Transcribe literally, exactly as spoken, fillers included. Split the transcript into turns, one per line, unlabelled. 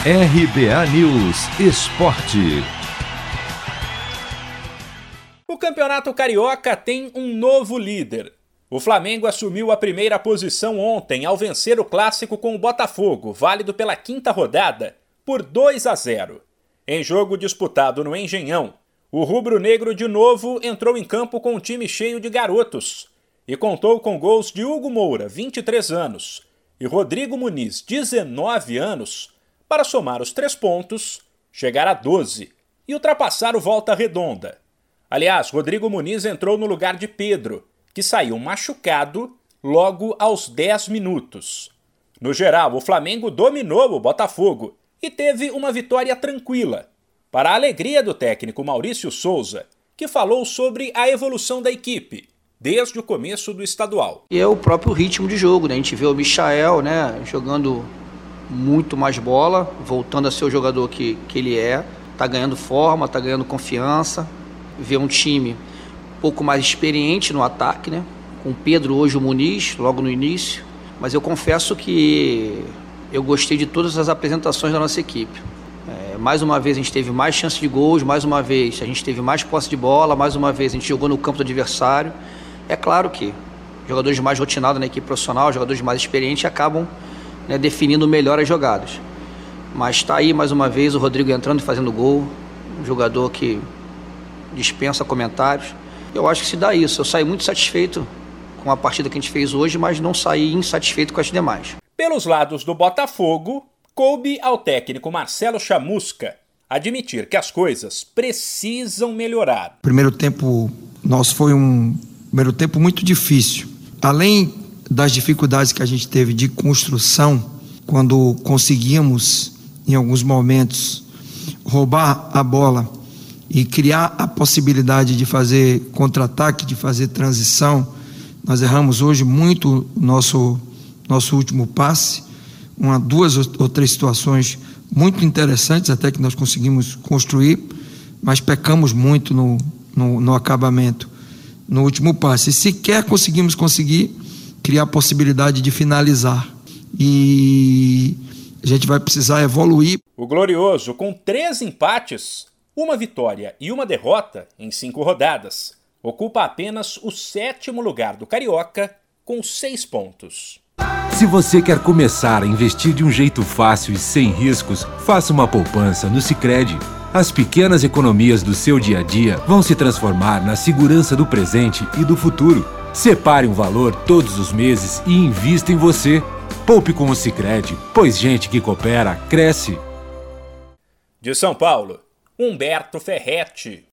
R B A News Esporte.
O Campeonato Carioca tem um novo líder. O Flamengo assumiu a primeira posição ontem ao vencer o clássico com o Botafogo, válido pela quinta rodada, por dois a zero. Em jogo disputado no Engenhão, o rubro-negro de novo entrou em campo com um time cheio de garotos e contou com gols de Hugo Moura, vinte e três anos, e Rodrigo Muniz, dezenove anos, para somar os três pontos, chegar a doze e ultrapassar o Volta Redonda. Aliás, Rodrigo Muniz entrou no lugar de Pedro, que saiu machucado logo aos dez minutos. No geral, o Flamengo dominou o Botafogo e teve uma vitória tranquila, para a alegria do técnico Maurício Souza, que falou sobre a evolução da equipe desde o começo do estadual.
E é o próprio ritmo de jogo, né? A gente vê o Michael, né, jogando muito mais bola, voltando a ser o jogador que, que ele é, tá ganhando forma, tá ganhando confiança, vê um time um pouco mais experiente no ataque, né? Com o Pedro hoje, o Muniz, logo no início, mas eu confesso que eu gostei de todas as apresentações da nossa equipe. É, mais uma vez a gente teve mais chance de gols, mais uma vez a gente teve mais posse de bola, mais uma vez a gente jogou no campo do adversário. É claro que jogadores mais rotinados na equipe profissional, jogadores mais experientes acabam, né, definindo melhor as jogadas. Mas está aí mais uma vez o Rodrigo entrando e fazendo gol, um jogador que dispensa comentários. Eu acho que se dá isso. Eu saí muito satisfeito com a partida que a gente fez hoje, mas não saí insatisfeito com as demais.
Pelos lados do Botafogo, coube ao técnico Marcelo Chamusca admitir que as coisas precisam melhorar.
O primeiro tempo nosso foi um primeiro tempo muito difícil. Além das dificuldades que a gente teve de construção, quando conseguíamos, em alguns momentos, roubar a bola e criar a possibilidade de fazer contra-ataque, de fazer transição, nós erramos hoje muito o nosso, nosso último passe, uma, duas ou três situações muito interessantes até que nós conseguimos construir, mas pecamos muito no, no, no acabamento, no último passe. E sequer conseguimos conseguir criar a possibilidade de finalizar. E a gente vai precisar evoluir.
O Glorioso, com três empates, uma vitória e uma derrota em cinco rodadas, ocupa apenas o sétimo lugar do Carioca, com seis pontos.
Se você quer começar a investir de um jeito fácil e sem riscos, faça uma poupança no Sicredi. As pequenas economias do seu dia a dia vão se transformar na segurança do presente e do futuro. Separe um valor todos os meses e invista em você. Poupe com o Sicredi, pois gente que coopera, cresce.
De São Paulo, Humberto Ferretti.